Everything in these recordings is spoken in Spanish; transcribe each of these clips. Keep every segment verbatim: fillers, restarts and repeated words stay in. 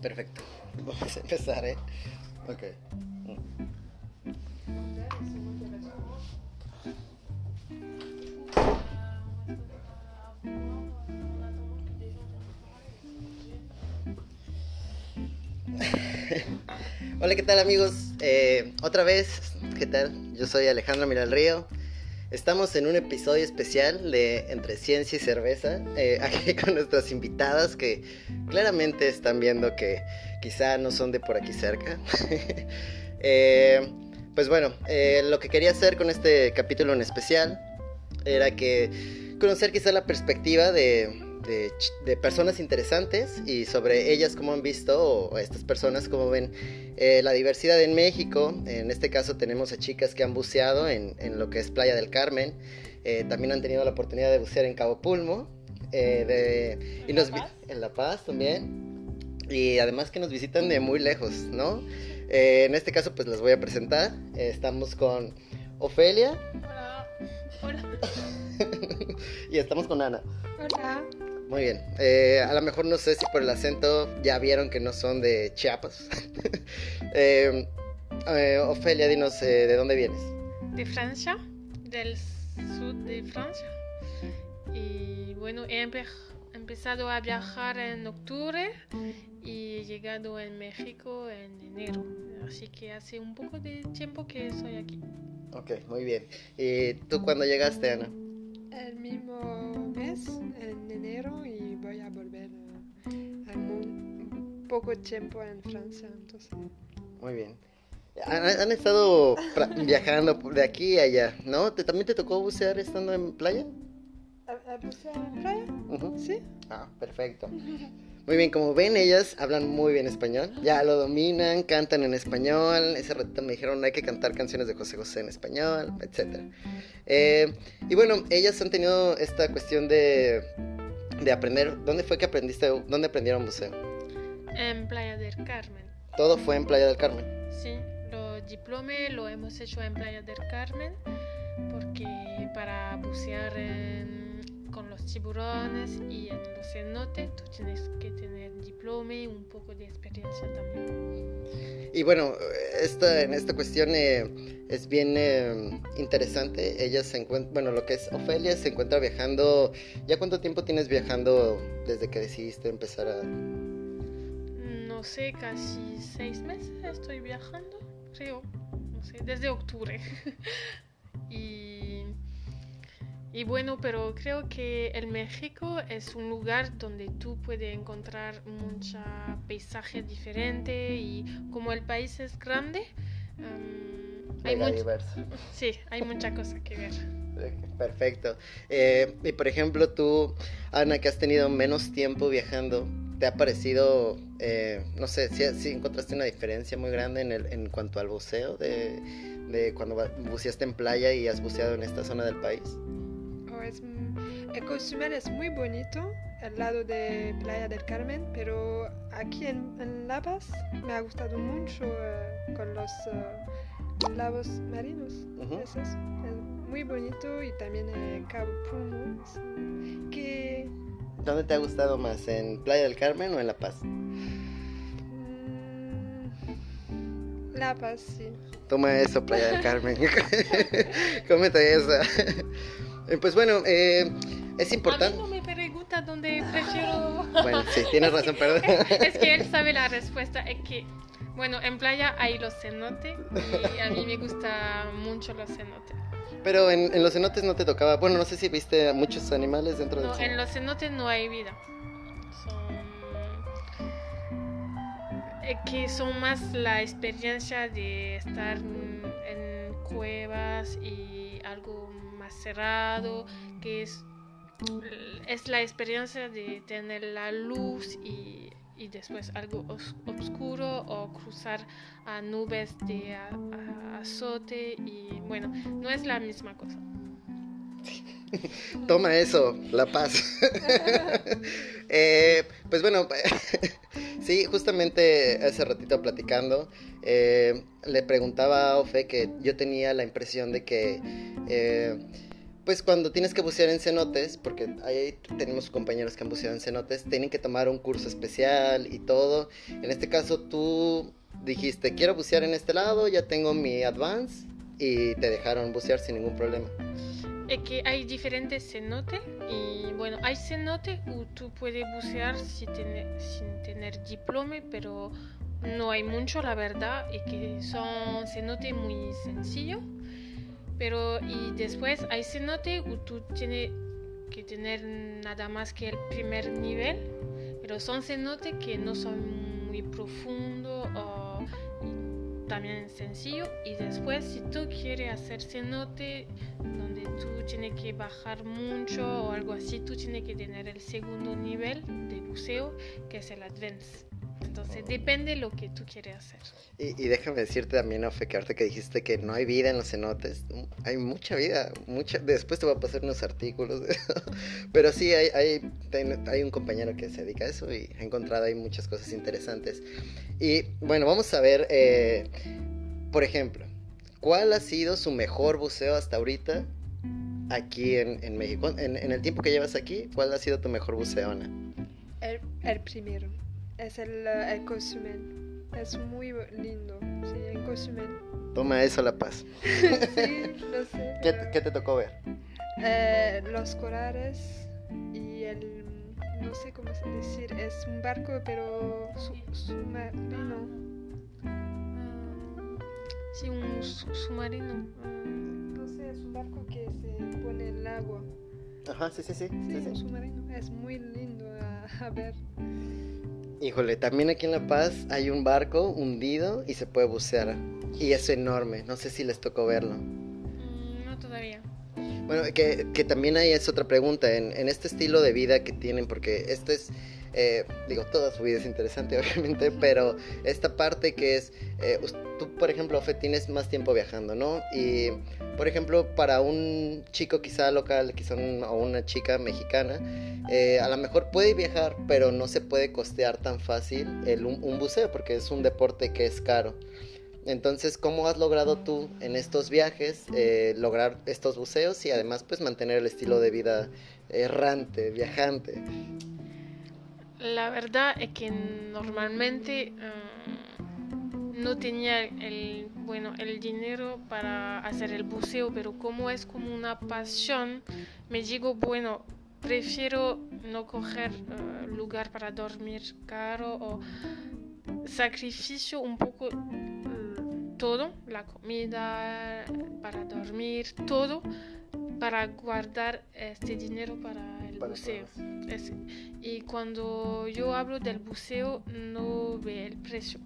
Perfecto. Vamos a empezar, ¿eh? Ok. Hola, ¿qué tal, amigos? Eh, otra vez, ¿qué tal? Yo soy Alejandro Miralrío. Estamos en un episodio especial de Entre Ciencia y Cerveza, eh, aquí con nuestras invitadas que claramente están viendo que quizá no son de por aquí cerca. eh, pues bueno, eh, lo que quería hacer con este capítulo en especial era que conocer quizá la perspectiva de, de, de personas interesantes y sobre ellas cómo han visto, o estas personas cómo ven eh, la diversidad en México. En este caso tenemos a chicas que han buceado en, en lo que es Playa del Carmen, eh, también han tenido la oportunidad de bucear en Cabo Pulmo, eh, de, y nos, en La Paz también, y además que nos visitan de muy lejos, ¿no? Eh, en este caso pues les voy a presentar. Eh, estamos con Ofelia. Hola. Hola. Y estamos con Ana. Hola. Muy bien. Eh, a lo mejor no sé si por el acento ya vieron que no son de Chiapas. eh, eh, Ofelia, dinos, eh, ¿de dónde vienes? De Francia, del sur de Francia. Y bueno, he empe- empezado a viajar en octubre y he llegado en México en enero. Así que hace un poco de tiempo que estoy aquí. Ok, muy bien. ¿Y tú cuándo llegaste, Ana? El mismo mes, en enero, y voy a volver a, a muy poco tiempo en Francia, entonces. Muy bien. Han, han estado pra- viajando de aquí a allá, ¿no? ¿Te, ¿También te tocó bucear estando en playa? ¿A, a bucear en playa? Uh-huh. Sí. Ah, perfecto. Muy bien, como ven, ellas hablan muy bien español, ya lo dominan, cantan en español. Ese ratito me dijeron hay que cantar canciones de José José en español, etcétera. Eh, y bueno, ellas han tenido esta cuestión de, de aprender. ¿Dónde fue que aprendiste, dónde aprendieron buceo? En Playa del Carmen. Todo fue en Playa del Carmen. Sí, los diplomas lo hemos hecho en Playa del Carmen porque para bucear en con los tiburones y en los cenotes tú tienes que tener diploma y un poco de experiencia también. Y bueno, esta, en esta cuestión eh, es bien eh, interesante. Ella se encuentra, bueno, lo que es Ofelia se encuentra viajando. ¿Ya cuánto tiempo tienes viajando desde que decidiste empezar a...? No sé, casi seis meses estoy viajando, creo, no sé, desde octubre. y... Y bueno, pero creo que el México es un lugar donde tú puedes encontrar mucho paisaje diferente y como el país es grande, um, hay, much- sí, hay mucha cosa que ver. Perfecto. Eh, y por ejemplo, tú, Ana, que has tenido menos tiempo viajando, ¿te ha parecido, eh, no sé, si, si encontraste una diferencia muy grande en, el, en cuanto al buceo de, de cuando buceaste en playa y has buceado en esta zona del país? Es, el Cozumel es muy bonito, al lado de Playa del Carmen, pero aquí en, en La Paz me ha gustado mucho uh, con los uh, lagos marinos. Uh-huh. Eso es, es muy bonito, y también eh, Cabo Pulmo. Que... ¿Dónde te ha gustado más, en Playa del Carmen o en La Paz? Mm, La Paz, sí. Toma eso, Playa del Carmen. Cómete eso. Pues bueno, eh, es importante. A mí no me pregunta dónde prefiero. Bueno, sí, tienes razón, perdón. Es que él sabe la respuesta. Es que, bueno, en playa hay los cenotes y a mí me gusta mucho los cenotes. Pero en, en los cenotes no te tocaba. Bueno, no sé si viste a muchos animales dentro del No, cenote. en los cenotes no hay vida. Son. Es que son más la experiencia de estar en cuevas y algo más cerrado, que es, es la experiencia de tener la luz y, y después algo os, oscuro o cruzar a nubes de a, a, azote y bueno, no es la misma cosa. Toma eso, La Paz. eh, pues bueno, sí, justamente hace ratito platicando, eh, le preguntaba a Ofe que yo tenía la impresión de que eh, pues cuando tienes que bucear en cenotes, porque ahí tenemos compañeros que han buceado en cenotes, tienen que tomar un curso especial y todo. En este caso tú dijiste, quiero bucear en este lado, ya tengo mi advance, y te dejaron bucear sin ningún problema. Es que hay diferentes cenotes y bueno, hay cenotes où tú puedes bucear sin tener, sin tener diploma, pero no hay mucho, la verdad, y que son cenotes muy sencillos. Pero y después hay cenotes où tú tienes que tener nada más que el primer nivel, pero son cenotes que no son muy profundos o también sencillo. Y después si tú quieres hacer cenote donde tú tienes que bajar mucho o algo así, tú tienes que tener el segundo nivel de buceo, que es el advance. Entonces depende de lo que tú quieres hacer. Y, y déjame decirte también, Ofe, que ahorita que dijiste que no hay vida en los cenotes, hay mucha vida, mucha. Después te voy a pasar unos artículos, pero sí, hay, hay, hay un compañero que se dedica a eso y ha encontrado ahí muchas cosas interesantes. Y bueno, vamos a ver, eh, por ejemplo, ¿cuál ha sido su mejor buceo hasta ahorita aquí en, en México? En, en el tiempo que llevas aquí, ¿cuál ha sido tu mejor buceo, Ana? El, el primero. Es el, el Cozumel. Es muy lindo, sí, en Cozumel. Toma eso, La Paz. Sí, lo sé. ¿Qué, pero... ¿Qué te tocó ver? Eh, los corales y el... no sé cómo se decir, es un barco pero su, submarino. Sí, un su- submarino. No sé, es un barco que se pone en el agua. Ajá, sí, sí, sí. Sí, sí, sí. un submarino. Es muy lindo a, a ver. Híjole, también aquí en La Paz hay un barco hundido y se puede bucear. Y es enorme, no sé si les tocó verlo. Mm, no todavía. Bueno, que, que también ahí es otra pregunta, en, en este estilo de vida que tienen, porque este es, eh, digo, toda su vida es interesante obviamente, pero esta parte que es, eh, tú por ejemplo, Ofe, tienes más tiempo viajando, ¿no? Y por ejemplo, para un chico quizá local, quizá un, o una chica mexicana, eh, a lo mejor puede viajar, pero no se puede costear tan fácil el, un, un buceo, porque es un deporte que es caro. Entonces, ¿cómo has logrado tú en estos viajes eh, lograr estos buceos y además pues mantener el estilo de vida errante, viajante? La verdad es que normalmente um, no tenía el, bueno, el dinero para hacer el buceo, pero como es como una pasión, me digo, bueno, prefiero no coger uh, lugar para dormir caro o sacrificio un poco todo, la comida, para dormir, todo, para guardar este dinero para el Para buceo. Es, y cuando yo hablo del buceo, no ve el precio.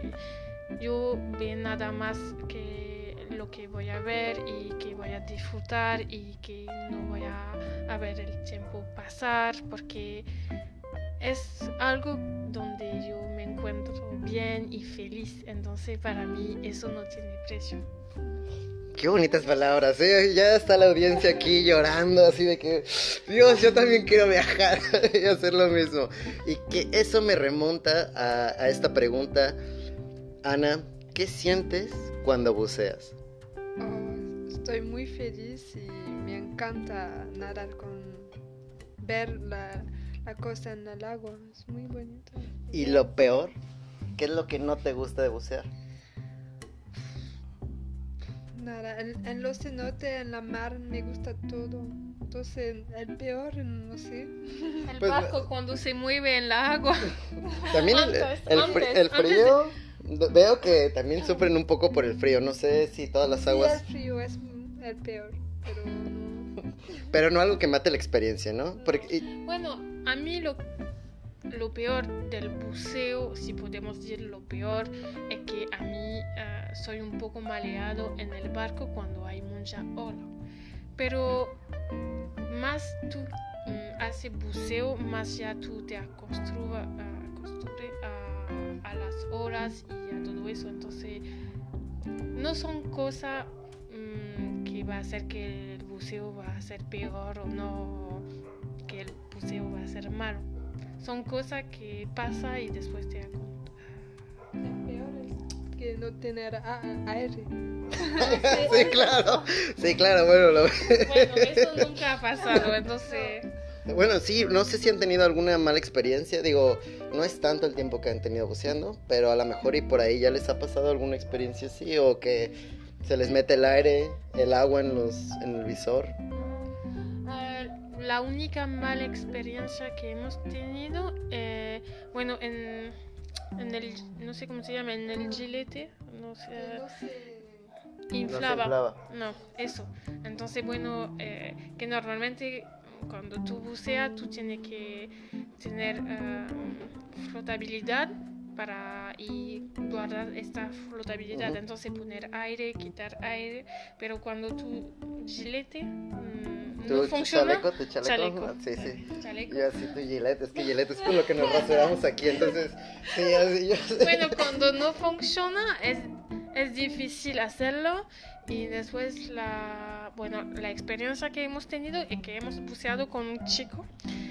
Yo veo nada más que lo que voy a ver y que voy a disfrutar y que no voy a, a ver el tiempo pasar, porque es algo donde yo me encuentro bien y feliz, entonces para mí eso no tiene precio. Qué bonitas palabras, ¿eh? Ya está la audiencia aquí llorando, así de que, Dios, yo también quiero viajar y hacer lo mismo. Y que eso me remonta a, a esta pregunta, Ana, ¿qué sientes cuando buceas? Oh, estoy muy feliz y me encanta nadar con... ver la... la cosa en el agua, es muy bonito. ¿Y lo peor? ¿Qué es lo que no te gusta de bucear? Nada, en, en los cenotes, en la mar, me gusta todo. Entonces, el peor, no sé. El Pues, barco cuando se mueve en la agua. También el, Antes, el, antes, fri- el antes frío, veo que también sufren un poco por el frío, no sé si todas las Sí, aguas, el frío es el peor, pero no. pero no algo que mate la experiencia, ¿no? Porque, y- Bueno, a mí lo, lo peor del buceo, si podemos decir lo peor, es que a mí uh, soy un poco maleado en el barco cuando hay mucha ola. Pero más tú um, haces buceo, más ya tú te acostumbras uh, a, a las olas y a todo eso. Entonces, no son cosas um, que va a hacer que el buceo va a ser peor o no, que el buceo va a ser malo. Son cosas que pasan y después te das cuenta. El peor es que no tener a- aire. Sí, claro. Sí, claro, bueno. Lo... Bueno, eso nunca ha pasado, entonces... Bueno, sí, no sé si han tenido alguna mala experiencia. Digo, no es tanto el tiempo que han tenido buceando, pero a lo mejor y por ahí ya les ha pasado alguna experiencia así, o que se les mete el aire, el agua en los, en el visor. Uh, la única mala experiencia que hemos tenido, eh, bueno, en, en el, no sé cómo se llama, en el gilete, no sé, No sé. inflaba. No se inflaba. No, eso. Entonces, bueno, eh, que normalmente cuando tú buceas, tú tienes que tener uh, flotabilidad para y guardar esta flotabilidad. Uh-huh. Entonces, poner aire, quitar aire. Pero cuando tu gilete mm, no funciona. ¿Tu chaleco? ¿Tu chaleco? Chaleco. Sí, sí. Chaleco. Yo así, tu gilete. Es que gilete es con lo que nos rasuramos aquí. Entonces, sí, así yo sé. Bueno, cuando no funciona, es. Es difícil hacerlo y después la, bueno, la experiencia que hemos tenido es que hemos buceado con un chico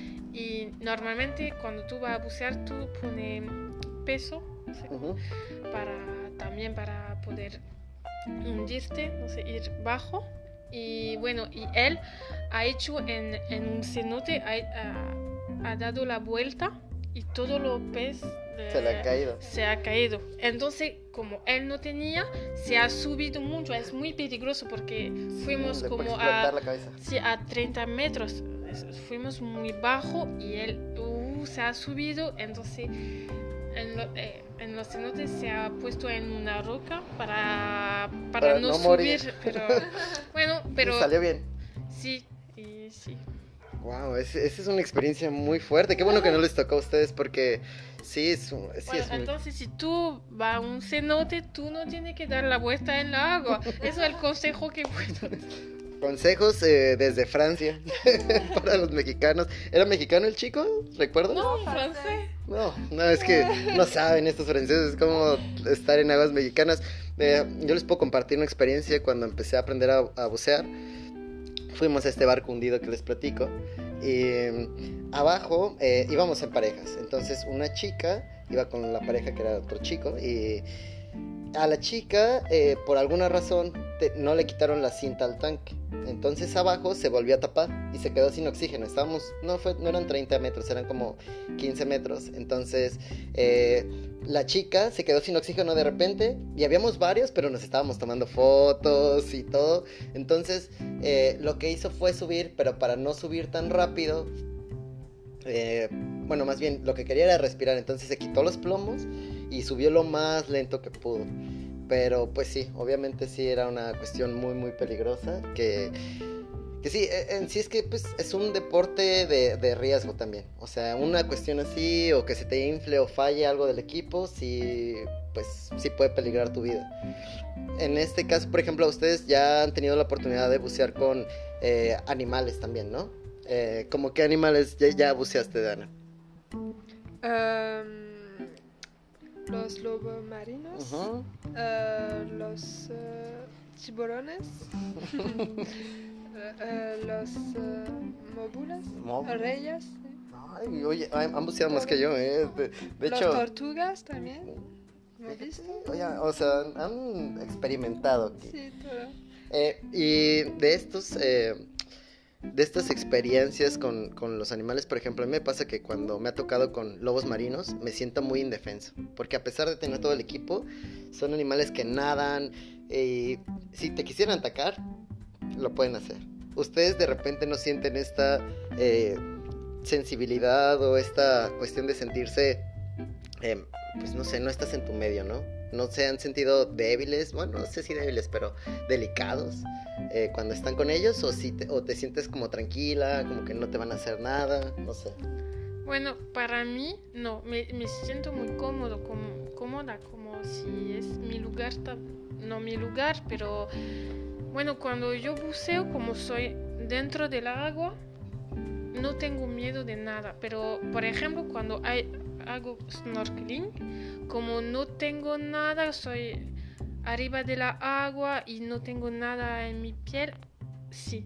y normalmente cuando tú vas a bucear tú pones peso, no sé, uh-huh. para, también para poder hundirte, no sé, ir bajo y bueno, y él ha hecho en, en un cenote, ha, ha, ha dado la vuelta y todo lo pez se le ha caído. Se ha caído. Entonces, como él no tenía, se ha subido mucho. Es muy peligroso porque fuimos sí, como a, sí, a treinta metros. Fuimos muy bajo y él uh, se ha subido. Entonces, en, lo, eh, en los cenotes se ha puesto en una roca para, para, para no, no subir. Morir. Pero, bueno, pero... ¿Y salió bien? Sí, y sí. Wow, esa es una experiencia muy fuerte. Qué bueno que no les tocó a ustedes porque sí es, sí bueno, es muy... entonces si tú vas a un cenote, tú no tienes que dar la vuelta en la agua. Eso es el consejo que puedo. Consejos eh, desde Francia para los mexicanos. ¿Era mexicano el chico? ¿Recuerdas? No, francés. No, no, es que no saben estos franceses, es como estar en aguas mexicanas. Eh, yo les puedo compartir una experiencia cuando empecé a aprender a, a bucear. Fuimos a este barco hundido que les platico y abajo eh, íbamos en parejas. Entonces una chica iba con la pareja que era otro chico y a la chica eh, por alguna razón te, no le quitaron la cinta al tanque. Entonces abajo se volvió a tapar y se quedó sin oxígeno. Estábamos, no, fue, no eran treinta metros, eran como quince metros. Entonces eh, la chica se quedó sin oxígeno de repente y habíamos varios, pero nos estábamos tomando fotos y todo. Entonces eh, lo que hizo fue subir, pero para no subir tan rápido, eh, bueno, más bien lo que quería era respirar. Entonces se quitó los plomos y subió lo más lento que pudo. Pero pues sí, obviamente sí era una cuestión muy muy peligrosa que, que sí, en sí es que pues es un deporte de, de riesgo también. O sea, una cuestión así o que se te infle o falle algo del equipo, sí, pues sí puede peligrar tu vida. En este caso, por ejemplo, ustedes ya han tenido la oportunidad de bucear con eh, animales también, ¿no? Eh, ¿Cómo qué animales ya, ya buceaste, Dana? Um... Los lobos marinos, uh-huh. uh, los uh, tiburones, uh, uh, los uh, móbulas, reyes. Ay, oye, han buceado más que yo, ¿eh? De, de los hecho... tortugas también, ¿hemos visto? Oye, o sea, han experimentado aquí. Sí, todo. Eh, y de estos... Eh, de estas experiencias con, con los animales, por ejemplo, a mí me pasa que cuando me ha tocado con lobos marinos, me siento muy indefenso, porque a pesar de tener todo el equipo, son animales que nadan, y si te quisieran atacar, lo pueden hacer. Ustedes de repente no sienten esta eh, sensibilidad o esta cuestión de sentirse, eh, pues no sé, no estás en tu medio, ¿no? No se han sentido débiles, bueno, no sé si débiles, pero delicados eh, cuando están con ellos, o si te, o te sientes como tranquila, como que no te van a hacer nada, no sé. Bueno, para mí, no, me, me siento muy cómodo, como, cómoda, como si es mi lugar, no mi lugar, pero bueno, cuando yo buceo, como soy dentro del agua, no tengo miedo de nada, pero por ejemplo, cuando hay, hago snorkeling, como no tengo nada, soy arriba de la agua y no tengo nada en mi piel, sí,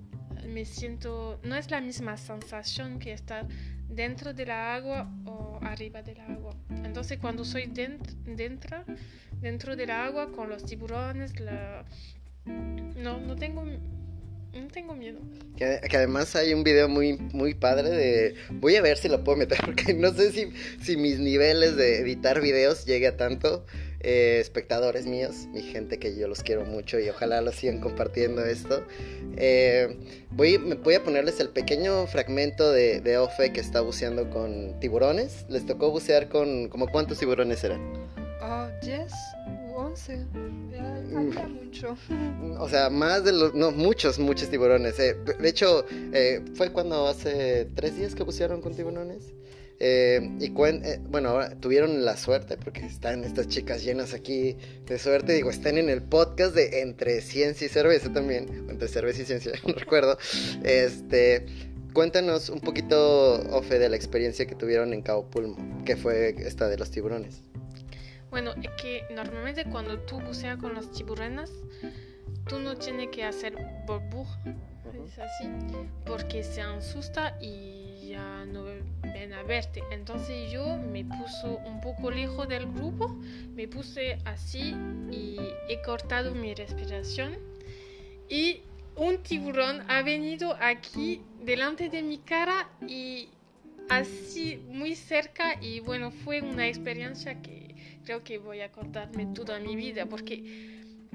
me siento, no es la misma sensación que estar dentro de la agua o arriba del agua. Entonces cuando soy dentro, dentro, dentro del agua con los tiburones, la... no, no tengo... No tengo miedo. Que, que además hay un video muy, muy padre de... Voy a ver si lo puedo meter, porque no sé si, si mis niveles de editar videos llegue a tanto. Eh, espectadores míos, mi gente que yo los quiero mucho y ojalá lo sigan compartiendo esto. Eh, voy, voy a ponerles el pequeño fragmento de, de Ofe que está buceando con tiburones. Les tocó bucear con... ¿Como cuántos tiburones eran? Oh, diez u once. Ya había mucho. O sea, más de los... No, muchos, muchos tiburones. Eh. De hecho, eh, fue cuando hace tres días que bucearon con tiburones. Eh, y cuen- eh, bueno, ahora tuvieron la suerte, porque están estas chicas llenas aquí de suerte. Digo, están en el podcast de Entre Ciencia y Cerveza también. O Entre Cerveza y Ciencia, no recuerdo. Este... Cuéntanos un poquito, Ofe, de la experiencia que tuvieron en Cabo Pulmo, que fue esta de los tiburones. Bueno, es que normalmente cuando tú buceas con los tiburones, tú no tienes que hacer burbuja, uh-huh. Es así, porque se asusta y ya no ven a verte. Entonces yo me puse un poco lejos del grupo, me puse así y he cortado mi respiración y un tiburón ha venido aquí delante de mi cara y así muy cerca, y bueno, fue una experiencia que creo que voy a acordarme toda mi vida, porque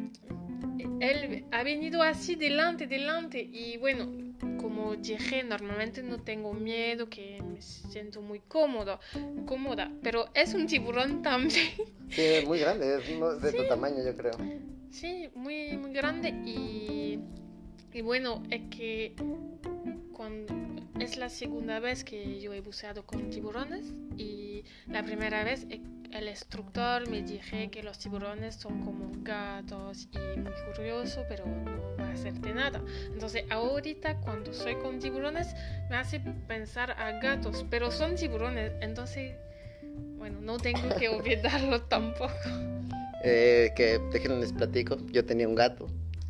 él ha venido así delante, delante, y bueno, como dije, normalmente no tengo miedo, que me siento muy cómodo, cómoda, pero es un tiburón también. Sí, es muy grande, es de sí, tu tamaño, yo creo. Sí, muy, muy grande, y, y bueno, es que cuando... Es la segunda vez que yo he buceado con tiburones, y la primera vez el instructor me dijo que los tiburones son como gatos y muy curiosos, pero no va a hacerte nada. Entonces ahorita cuando soy con tiburones me hace pensar a gatos, pero son tiburones, entonces bueno, no tengo que olvidarlo tampoco. Eh, que déjenme les platico, yo tenía un gato,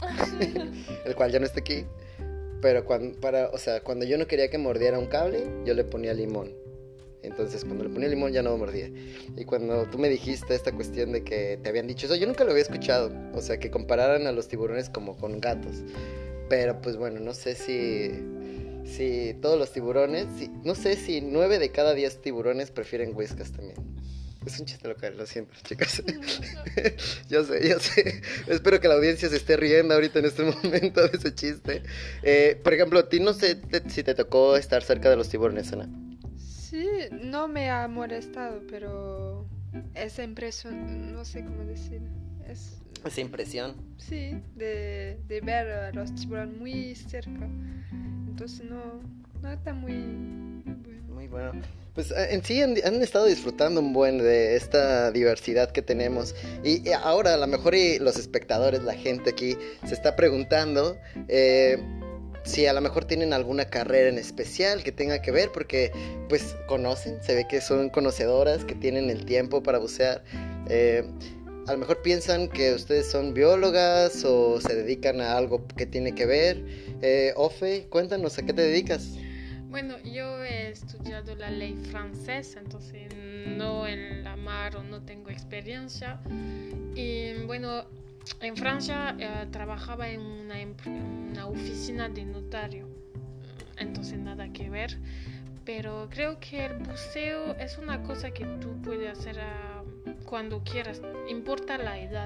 el cual ya no está aquí. Pero cuando, para, o sea, cuando yo no quería que mordiera un cable, yo le ponía limón. Entonces, cuando le ponía limón ya no mordía. Y cuando tú me dijiste esta cuestión de que te habían dicho eso, yo nunca lo había escuchado. O sea, que compararan a los tiburones como con gatos. Pero pues bueno, no sé si, si todos los tiburones, si, no sé si nueve de cada diez tiburones prefieren whiskas también. Es un chiste local, lo siento, chicas. Yo sé, yo sé. Espero que la audiencia se esté riendo ahorita en este momento de ese chiste. Eh, por ejemplo, a ti no sé te, si te tocó estar cerca de los tiburones, Ana. Sí, no me ha molestado, pero esa impresión, no sé cómo decir. Es, Esa impresión. Sí, de, de ver a los tiburones muy cerca. Entonces no, no está muy bueno. Muy bueno. Pues en sí han, han estado disfrutando un buen de esta diversidad que tenemos. Y, y ahora a lo mejor y los espectadores, la gente aquí, se está preguntando eh, si a lo mejor tienen alguna carrera en especial que tenga que ver, porque pues conocen, se ve que son conocedoras, que tienen el tiempo para bucear. Eh, a lo mejor piensan que ustedes son biólogas o se dedican a algo que tiene que ver. Eh, Ofe, cuéntanos, ¿a qué te dedicas? Bueno, yo he estudiado la ley francesa, entonces no en la mar o no tengo experiencia. Y bueno, en Francia eh, trabajaba en una, en una oficina de notario, entonces nada que ver. Pero creo que el buceo es una cosa que tú puedes hacer uh, cuando quieras, importa la edad.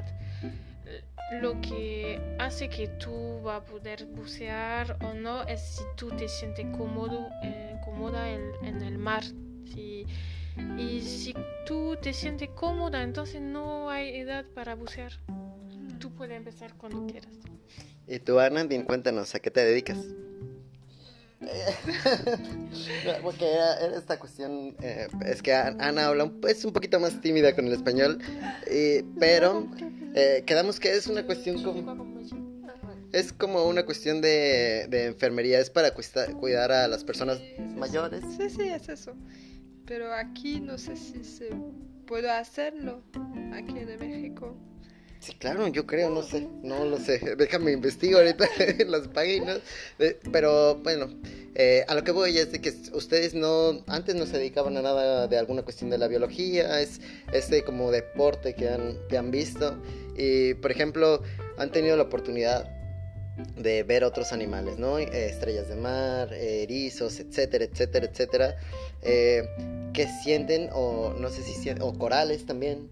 Lo que hace que tú vas a poder bucear o no es si tú te sientes cómodo, eh, cómoda en, en el mar. Si, y si tú te sientes cómoda, entonces no hay edad para bucear. Tú puedes empezar cuando quieras. Y tú, Ana, bien, cuéntanos, ¿a qué te dedicas? Porque era, era esta cuestión, eh, es que Ana habla un, es un poquito más tímida con el español, eh, pero eh, quedamos que es una cuestión como, es como una cuestión de, de enfermería, es para cuista, cuidar a las personas mayores. Sí, sí, es eso. Pero aquí no sé si se puede hacerlo, aquí en México. Sí, claro, yo creo, no sé, no lo sé. Déjame investigar ahorita en las páginas. Eh, pero bueno, eh, a lo que voy es de que ustedes no, antes no se dedicaban a nada de alguna cuestión de la biología, es este como deporte que han, que han visto. Y por ejemplo, han tenido la oportunidad de ver otros animales, ¿no? Eh, estrellas de mar, eh, erizos, etcétera, etcétera, etcétera. Eh, ¿Qué sienten? O no sé si sienten, o corales también.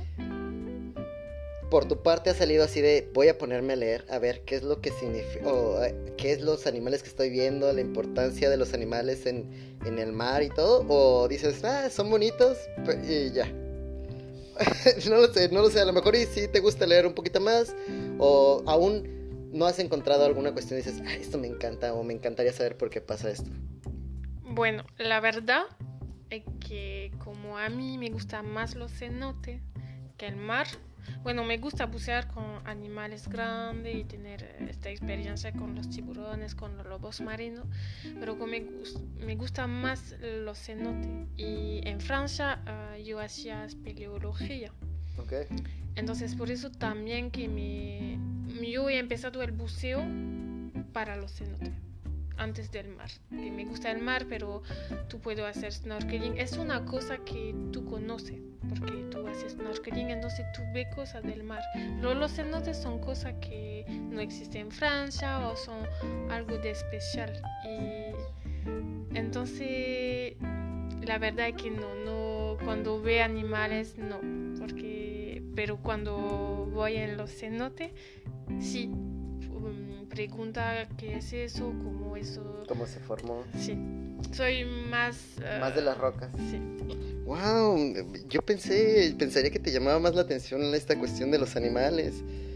Por tu parte ha salido así de voy a ponerme a leer a ver qué es lo que significa o eh, qué es los animales que estoy viendo, la importancia de los animales en, en el mar y todo, o dices, ah, son bonitos y ya. No lo sé, no lo sé, a lo mejor y sí te gusta leer un poquito más, o aún no has encontrado alguna cuestión y dices, ah, esto me encanta o me encantaría saber por qué pasa esto. Bueno, la verdad es que como a mí me gusta más los cenotes que el mar, bueno, me gusta bucear con animales grandes y tener esta experiencia con los tiburones, con los lobos marinos, pero como me, gust- me gusta más los cenotes. Y en Francia uh, yo hacía espeleología. Okay. Entonces por eso también que me, yo he empezado el buceo para los cenotes, antes del mar. Que me gusta el mar, pero tú puedes hacer snorkeling. Es una cosa que tú conoces, porque tú haces snorkeling, entonces tú ves cosas del mar. Pero los cenotes son cosas que no existen en Francia o son algo de especial. Y entonces la verdad es que no, no cuando veo animales no, porque pero cuando voy en los cenotes sí. Pregunta qué es eso, cómo eso... ¿Cómo se formó? Sí, soy más... Uh, más de las rocas. Sí. Wow, yo pensé, pensaría que te llamaba más la atención esta cuestión de los animales.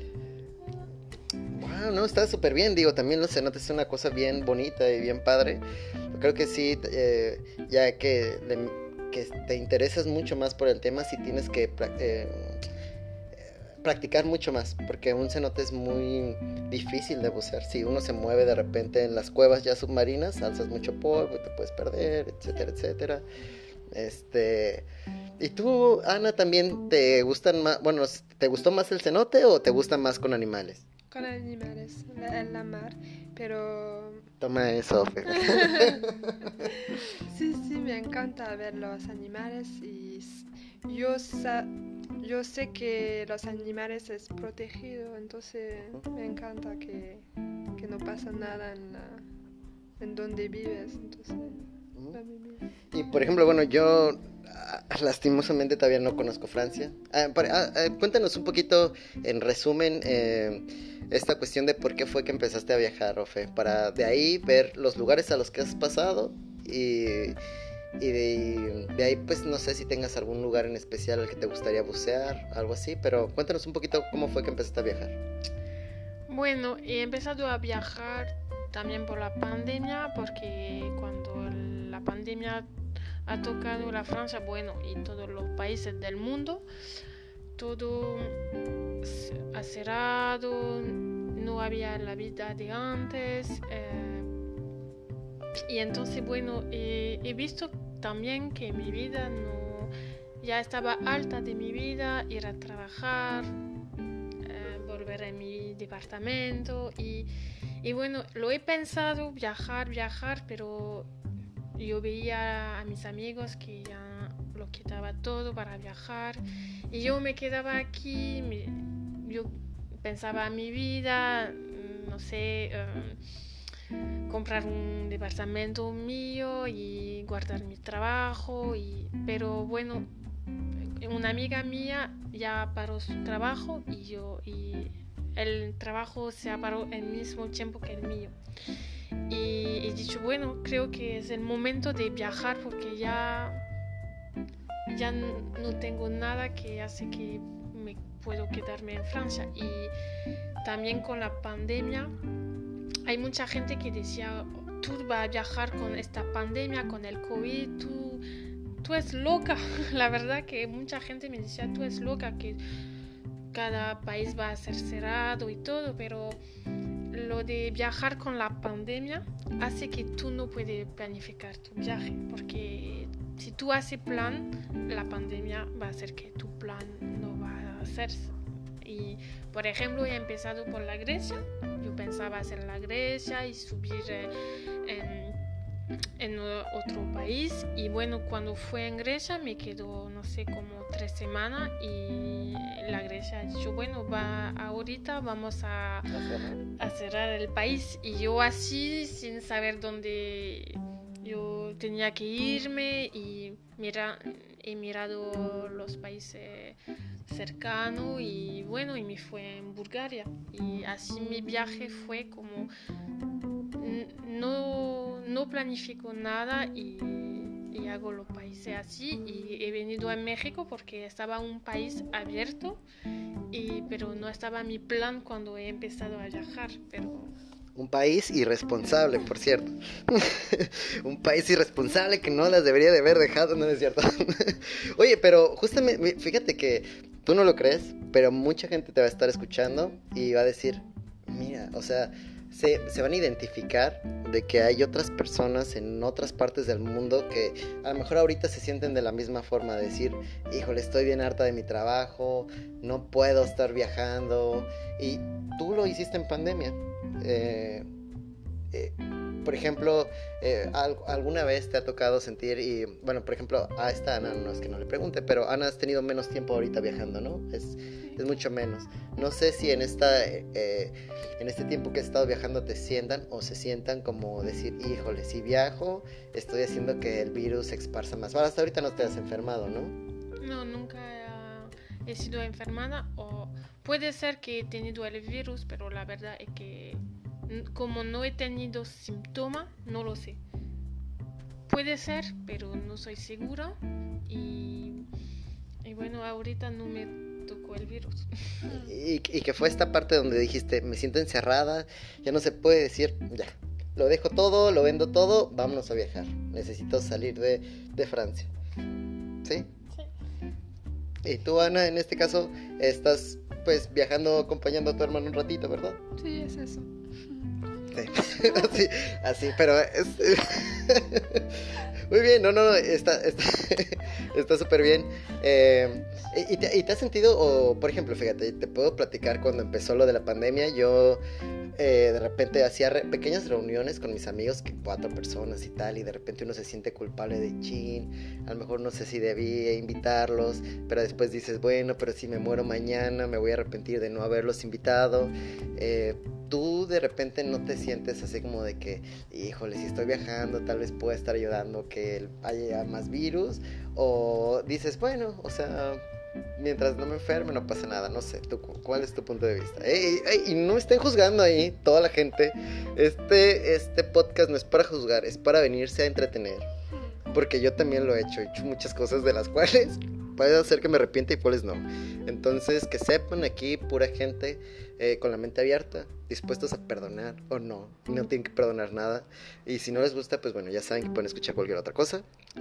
Wow, no, está súper bien, digo, también los cenotes es una cosa bien bonita y bien padre. Creo que sí, eh, ya que, le, que te interesas mucho más por el tema, sí tienes que... Eh, practicar mucho más, porque un cenote es muy difícil de bucear. Si uno se mueve de repente en las cuevas ya submarinas, alzas mucho polvo y te puedes perder, etcétera, etcétera. Este, y tú, Ana, también te gustan más, bueno, ¿te gustó más el cenote o te gusta más con animales? Con animales, en la mar, pero... Toma eso, Fe. Sí, sí, me encanta ver los animales y yo sa- Yo sé que los animales es protegido, entonces me encanta que, que no pasa nada en, la, en donde vives, entonces va muy bien. Y por ejemplo, bueno, yo lastimosamente todavía no conozco Francia. Ah, para, ah, ah, cuéntanos un poquito, en resumen, eh, esta cuestión de por qué fue que empezaste a viajar, Ofe, para de ahí ver los lugares a los que has pasado y... Y de, de ahí, pues, no sé si tengas algún lugar en especial al que te gustaría bucear, algo así, pero cuéntanos un poquito cómo fue que empezaste a viajar. Bueno, he empezado a viajar también por la pandemia, porque cuando la pandemia ha tocado la Francia, bueno, y todos los países del mundo, todo ha cerrado, no había la vida de antes. Eh, y entonces, bueno, eh, he visto también que mi vida no, ya estaba alta de mi vida, ir a trabajar, eh, volver a mi departamento y, y bueno, lo he pensado, viajar, viajar, pero yo veía a mis amigos que ya lo quitaba todo para viajar y yo me quedaba aquí, me, yo pensaba en mi vida, no sé... Um, comprar un departamento mío y guardar mi trabajo y, pero bueno, una amiga mía ya paró su trabajo y yo y el trabajo se paró al mismo tiempo que el mío y he dicho bueno, creo que es el momento de viajar porque ya ya no tengo nada que hace que me puedo quedarme en Francia y también con la pandemia hay mucha gente que decía, tú vas a viajar con esta pandemia, con el COVID, tú, tú eres loca. La verdad que mucha gente me decía, tú eres loca, que cada país va a ser cerrado y todo, pero lo de viajar con la pandemia hace que tú no puedes planificar tu viaje, porque si tú haces plan, la pandemia va a hacer que tu plan no va a hacerse. Y, por ejemplo, he empezado por la Grecia. Yo pensaba hacer la Grecia y subir eh, en, en otro país. Y bueno, cuando fue en Grecia me quedó, no sé, como tres semanas. Y la Grecia ha dicho, bueno, va, ahorita vamos a, a cerrar el país. Y yo así, sin saber dónde yo tenía que irme, y mira, he mirado los países cercanos y bueno, y me fue en Bulgaria. Y así mi viaje fue como, no, no planifico nada y, y hago los países así. Y he venido a México porque estaba un país abierto, y, pero no estaba mi plan cuando he empezado a viajar, pero... Un país irresponsable, por cierto. Un país irresponsable que no las debería de haber dejado, ¿no es cierto? Oye, pero justamente, fíjate que tú no lo crees, pero mucha gente te va a estar escuchando y va a decir, mira, o sea, se, se van a identificar de que hay otras personas en otras partes del mundo que a lo mejor ahorita se sienten de la misma forma, de decir, híjole, estoy bien harta de mi trabajo, no puedo estar viajando, y tú lo hiciste en pandemia. Eh, eh, por ejemplo, eh, al, alguna vez te ha tocado sentir, y bueno, por ejemplo, a esta Ana, no es que no le pregunte, pero Ana, has tenido menos tiempo ahorita viajando, ¿no? Es, es mucho menos. No sé si en esta eh, en este tiempo que has estado viajando te sientan o se sientan como decir, híjole, si viajo, estoy haciendo que el virus se esparza más. Bueno, hasta ahorita no te has enfermado, ¿no? No, nunca he sido enfermada, o puede ser que he tenido el virus, pero la verdad es que como no he tenido síntomas, no lo sé. Puede ser, pero no soy segura. Y, y bueno, ahorita no me tocó el virus. Y, y que fue esta parte donde dijiste, me siento encerrada, ya no se puede decir, ya, lo dejo todo, lo vendo todo, vámonos a viajar. Necesito salir de, de Francia. ¿Sí? Sí. Y tú, Ana, en este caso, estás pues viajando, acompañando a tu hermano un ratito, ¿verdad? Sí, es eso. Sí. así, así, pero es... Muy bien, no, no, no, está está súper bien. Eh, y, te, ¿Y te has sentido, o por ejemplo, fíjate, te puedo platicar cuando empezó lo de la pandemia? Yo eh, de repente hacía re, pequeñas reuniones con mis amigos, que cuatro personas y tal, y de repente uno se siente culpable de chin, a lo mejor no sé si debí invitarlos, pero después dices, bueno, pero si me muero mañana me voy a arrepentir de no haberlos invitado. Eh, tú de repente no te sientes así como de que, híjole, si estoy viajando tal vez pueda estar ayudando que haya más virus, o dices, bueno, o sea, mientras no me enferme no pasa nada, no sé, ¿tú, cuál es tu punto de vista? Ey, ey, y no me estén juzgando ahí toda la gente, este, este podcast no es para juzgar, es para venirse a entretener, porque yo también lo he hecho, he hecho muchas cosas de las cuales puede hacer que me arrepienta y cuáles no. Entonces, que sepan, aquí pura gente eh, con la mente abierta, dispuestos a perdonar o no, no tienen que perdonar nada, y si no les gusta, pues bueno, ya saben que pueden escuchar cualquier otra cosa.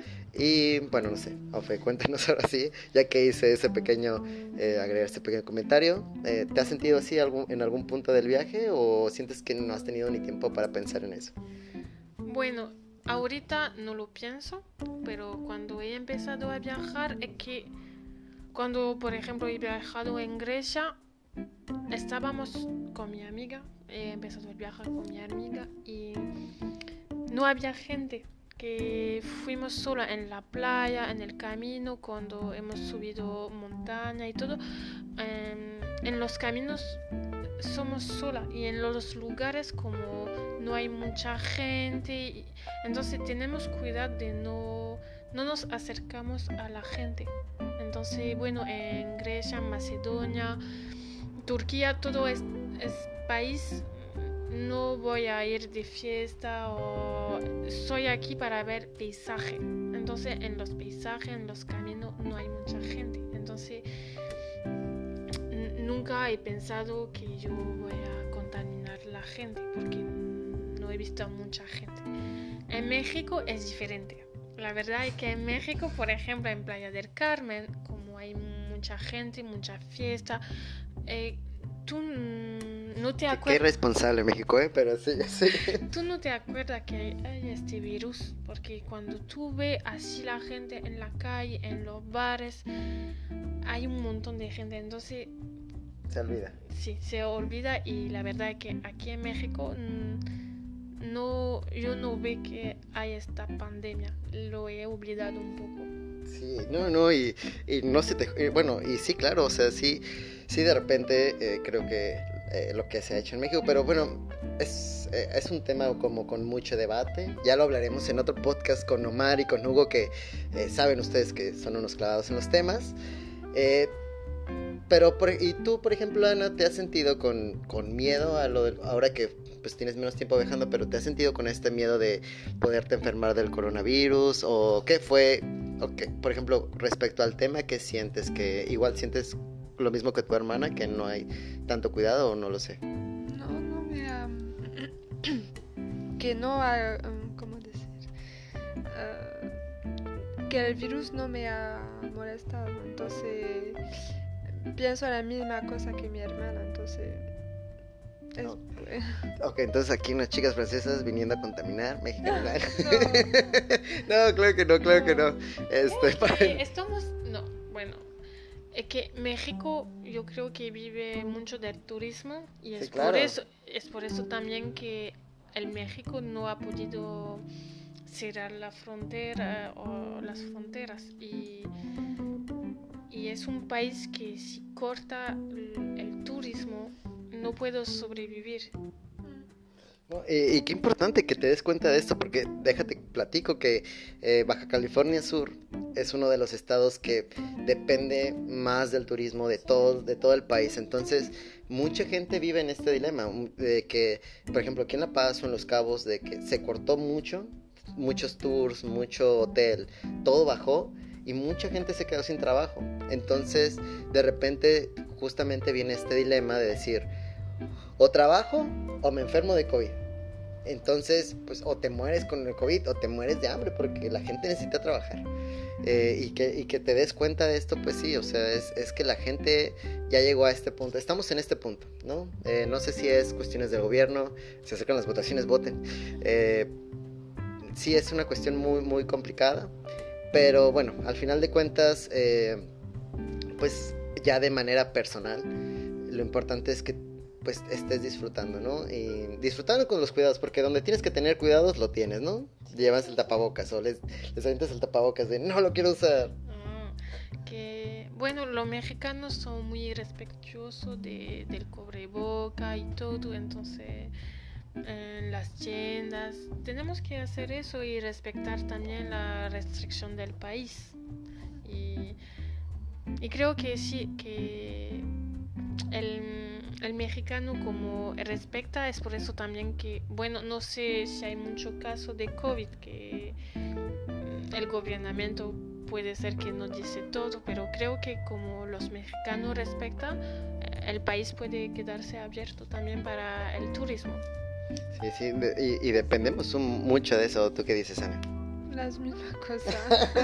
Y bueno, no sé, Ofe, cuéntanos ahora sí, ya que hice ese pequeño eh, agregar ese pequeño comentario, eh, ¿te has sentido así algún, en algún punto del viaje, o sientes que no has tenido ni tiempo para pensar en eso? Bueno, ahorita no lo pienso, pero cuando he empezado a viajar es que cuando, por ejemplo, he viajado en Grecia, estábamos con mi amiga, he empezado a viajar con mi amiga y no había gente, que fuimos sola en la playa, en el camino, cuando hemos subido montaña y todo, en, en los caminos somos sola, y en los lugares como no hay mucha gente, entonces tenemos cuidado de no, no nos acercamos a la gente. Entonces, bueno, en Grecia, Macedonia, Turquía, todo es, es país, no voy a ir de fiesta, o soy aquí para ver paisaje. Entonces, en los paisajes, en los caminos, no hay mucha gente. Entonces, n- nunca he pensado que yo voy a contaminar la gente, porque no he visto a mucha gente. En México es diferente. La verdad es que en México, por ejemplo, en Playa del Carmen, como hay mucha gente, mucha fiesta, eh, tú no te acuerdas... Qué irresponsable México, ¿eh? Pero sí, sí. Tú no te acuerdas que hay este virus, porque cuando tú ves así la gente en la calle, en los bares, hay un montón de gente, entonces... Se olvida. Sí, se olvida y la verdad que aquí en México mmm, no, yo no veo que hay esta pandemia, lo he olvidado un poco. Sí, no, no, y, y no se te... y bueno, y sí, claro, o sea, sí, sí de repente eh, creo que eh, lo que se ha hecho en México, pero bueno, es, eh, es un tema como con mucho debate, ya lo hablaremos en otro podcast con Omar y con Hugo, que eh, saben ustedes que son unos clavados en los temas, eh, pero, por, ¿y tú, por ejemplo, Ana, te has sentido con, con miedo a lo de, ahora que pues tienes menos tiempo viajando, pero te has sentido con este miedo de poderte enfermar del coronavirus? ¿O qué fue, okay, por ejemplo, respecto al tema, qué sientes? ¿Que igual sientes lo mismo que tu hermana, que no hay tanto cuidado o no lo sé? No, no me ha... que no ha... ¿cómo decir? Uh, que el virus no me ha molestado, entonces pienso la misma cosa que mi hermana, entonces... Es... No. Ok, entonces aquí unas chicas francesas viniendo a contaminar México. No, no, claro que no, claro no. que no. Este, para... eh, estamos, no, bueno, es que México yo creo que vive mucho del turismo y es, sí, claro. por eso, es por eso también que el México no ha podido cerrar la frontera o las fronteras y, y es un país que si corta el, el turismo no puedo sobrevivir. No, y, y qué importante que te des cuenta de esto, porque déjate platico que eh, Baja California Sur es uno de los estados que depende más del turismo de todo, de todo el país. Entonces mucha gente vive en este dilema de que, por ejemplo, aquí en La Paz o en Los Cabos, de que se cortó mucho, muchos tours, mucho hotel, todo bajó y mucha gente se quedó sin trabajo. Entonces de repente justamente viene este dilema de decir, o trabajo o me enfermo de COVID. Entonces, pues o te mueres con el COVID o te mueres de hambre, porque la gente necesita trabajar. Eh, y, que, y que te des cuenta de esto, pues sí, o sea, es, es que la gente ya llegó a este punto. Estamos en este punto, ¿no? Eh, no sé si es cuestiones del gobierno, se acercan las votaciones, voten. Eh, sí es una cuestión muy, muy complicada, pero bueno, al final de cuentas, eh, pues ya de manera personal, lo importante es que pues estés disfrutando, ¿no? Y disfrutando con los cuidados, porque donde tienes que tener cuidados lo tienes, ¿no? Llevas el tapabocas o les, les avientas el tapabocas de no lo quiero usar. Ah, que bueno, los mexicanos son muy respetuosos de, del cubreboca y todo, entonces en las tiendas tenemos que hacer eso y respetar también la restricción del país. Y, y creo que sí, que el, el mexicano como respecta, es por eso también que, bueno, no sé si hay mucho caso de COVID, que el gobernamiento puede ser que no dice todo, pero creo que como los mexicanos respetan, el país puede quedarse abierto también para el turismo. Sí, sí, de, y, y dependemos un, mucho de eso. ¿Tú qué dices, Ana? Las mismas cosas.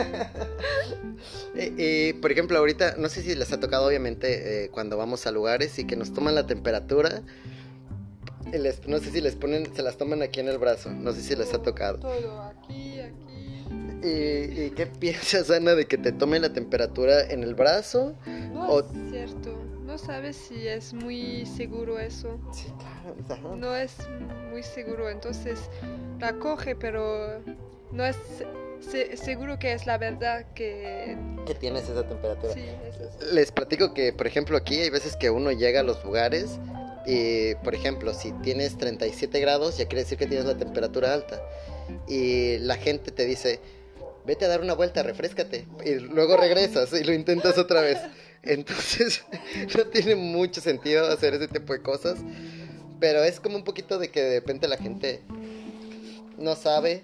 y, y, por ejemplo, ahorita, no sé si les ha tocado, obviamente, eh, cuando vamos a lugares y que nos toman la temperatura, les, no sé si les ponen, se las toman aquí en el brazo, no sé si les ha tocado. Todo, aquí, aquí. ¿Y, y qué piensas, Ana, de que te tomen la temperatura en el brazo? No o... es cierto, no sabes si es muy seguro eso. Sí, claro. Ajá. No es muy seguro, entonces la coge, pero no es se- seguro que es la verdad que... que tienes esa temperatura. Sí, es eso. Les platico que, por ejemplo, aquí hay veces que uno llega a los lugares y, por ejemplo, si tienes treinta y siete grados, ya quiere decir que tienes la temperatura alta. Y la gente te dice, vete a dar una vuelta, refréscate. Y luego regresas y lo intentas otra vez. Entonces, no tiene mucho sentido hacer ese tipo de cosas. Pero es como un poquito de que de repente la gente no sabe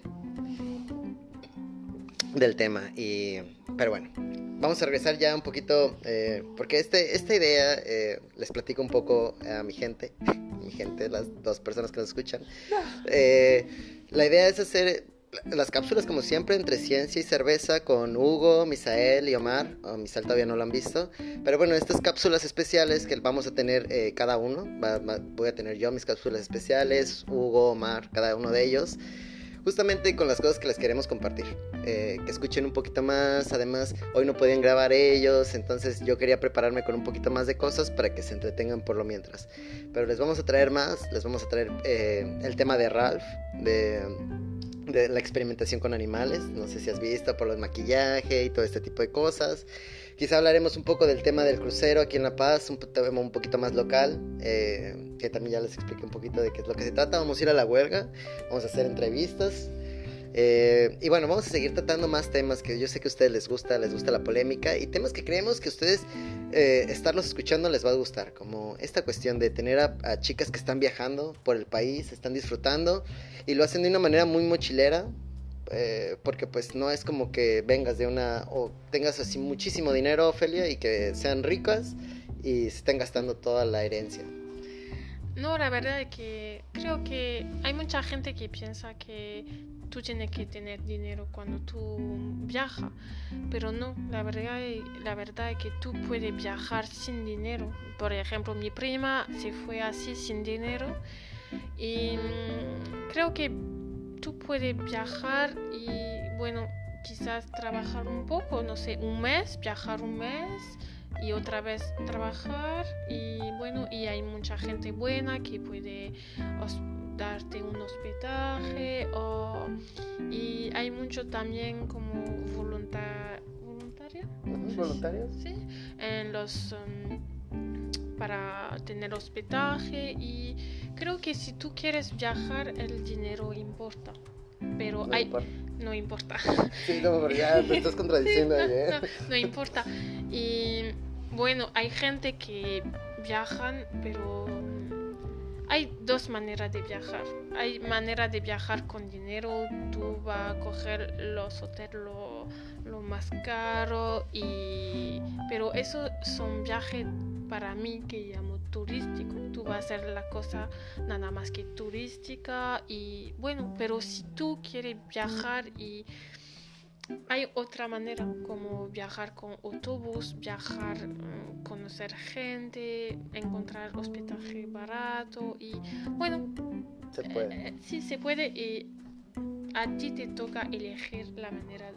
del tema. Y, pero bueno, vamos a regresar ya un poquito, eh, porque este, esta idea, eh, les platico un poco a mi gente, mi gente, las dos personas que nos escuchan. Eh, la idea es hacer las cápsulas como siempre entre ciencia y cerveza con Hugo, Misael y Omar. Oh, Misael todavía no lo han visto, pero bueno, estas cápsulas especiales que vamos a tener eh, cada uno, va, va, voy a tener yo mis cápsulas especiales, Hugo, Omar, cada uno de ellos, justamente con las cosas que les queremos compartir. eh, que escuchen un poquito más. Además, hoy no podían grabar ellos, entonces yo quería prepararme con un poquito más de cosas para que se entretengan por lo mientras. Pero les vamos a traer más, les vamos a traer eh, el tema de Ralph, de, de la experimentación con animales. No sé si has visto por el maquillaje y todo este tipo de cosas. Quizá hablaremos un poco del tema del crucero aquí en La Paz, un tema un poquito más local, eh, que también ya les expliqué un poquito de qué es lo que se trata. Vamos a ir a la huelga, vamos a hacer entrevistas, eh, y bueno, vamos a seguir tratando más temas que yo sé que a ustedes les gusta, les gusta la polémica, y temas que creemos que a ustedes, eh, estarlos escuchando les va a gustar, como esta cuestión de tener a, a chicas que están viajando por el país, están disfrutando, y lo hacen de una manera muy mochilera. Eh, porque pues no es como que vengas de una o tengas así muchísimo dinero, Ofelia, y que sean ricas y se estén gastando toda la herencia. No, la verdad es que creo que hay mucha gente que piensa que tú tienes que tener dinero cuando tú viajas, pero no, la verdad, es, la verdad es que tú puedes viajar sin dinero. Por ejemplo, mi prima se fue así sin dinero y mmm, creo que tú puedes viajar y, bueno, quizás trabajar un poco, no sé, un mes, viajar un mes y otra vez trabajar. Y, bueno, y hay mucha gente buena que puede os- darte un hospedaje. O, y hay mucho también como volunta- voluntaria. ¿No? ¿Voluntarios? Sí, en los... um, para tener hospedaje, y creo que si tú quieres viajar el dinero importa, pero No hay importa. no importa. Sí, no, pero ya te estás contradiciendo ahí, ¿eh? no, no importa. Y bueno, hay gente que viajan, pero hay dos maneras de viajar. Hay manera de viajar con dinero, tú vas a coger los hoteles lo, lo más caro, y pero eso son viajes para mí que llamo turístico. Tú vas a hacer la cosa nada más que turística. Y bueno, pero si tú quieres viajar, y hay otra manera como viajar con autobús, viajar, um, conocer gente, encontrar hospedaje barato, y bueno, Se puede. eh, sí se puede, y a ti te toca elegir la manera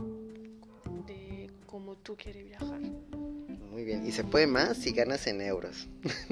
de cómo tú quieres viajar. Muy bien, y se puede más si ganas en euros.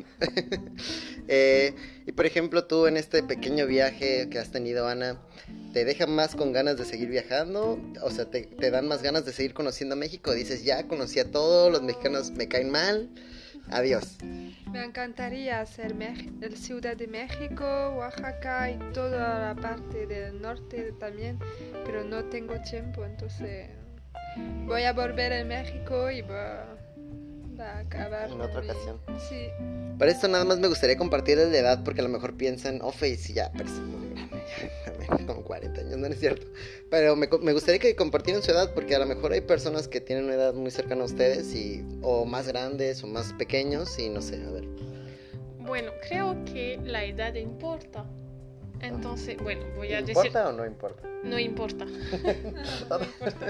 eh, y por ejemplo, tú en este pequeño viaje que has tenido, Ana, ¿te deja más con ganas de seguir viajando? O sea, ¿te, te dan más ganas de seguir conociendo México? Dices, ya conocí a todos, los mexicanos me caen mal, adiós. Me encantaría hacer Mex- el Ciudad de México, Oaxaca y toda la parte del norte también, pero no tengo tiempo, entonces voy a volver a México y va, va a acabar. En otra mi- ocasión. Sí. Para esto nada más me gustaría compartirles la edad, porque a lo mejor piensan, oh, Face, sí, ya, pero es muy grande, ya, también, como cuarenta años, no es cierto. Pero me, me gustaría que compartieran su edad, porque a lo mejor hay personas que tienen una edad muy cercana a ustedes, y o más grandes o más pequeños, y no sé, a ver. Bueno, creo que la edad importa. Entonces, bueno, voy a ¿Importa decir... o no importa? No importa. No importa.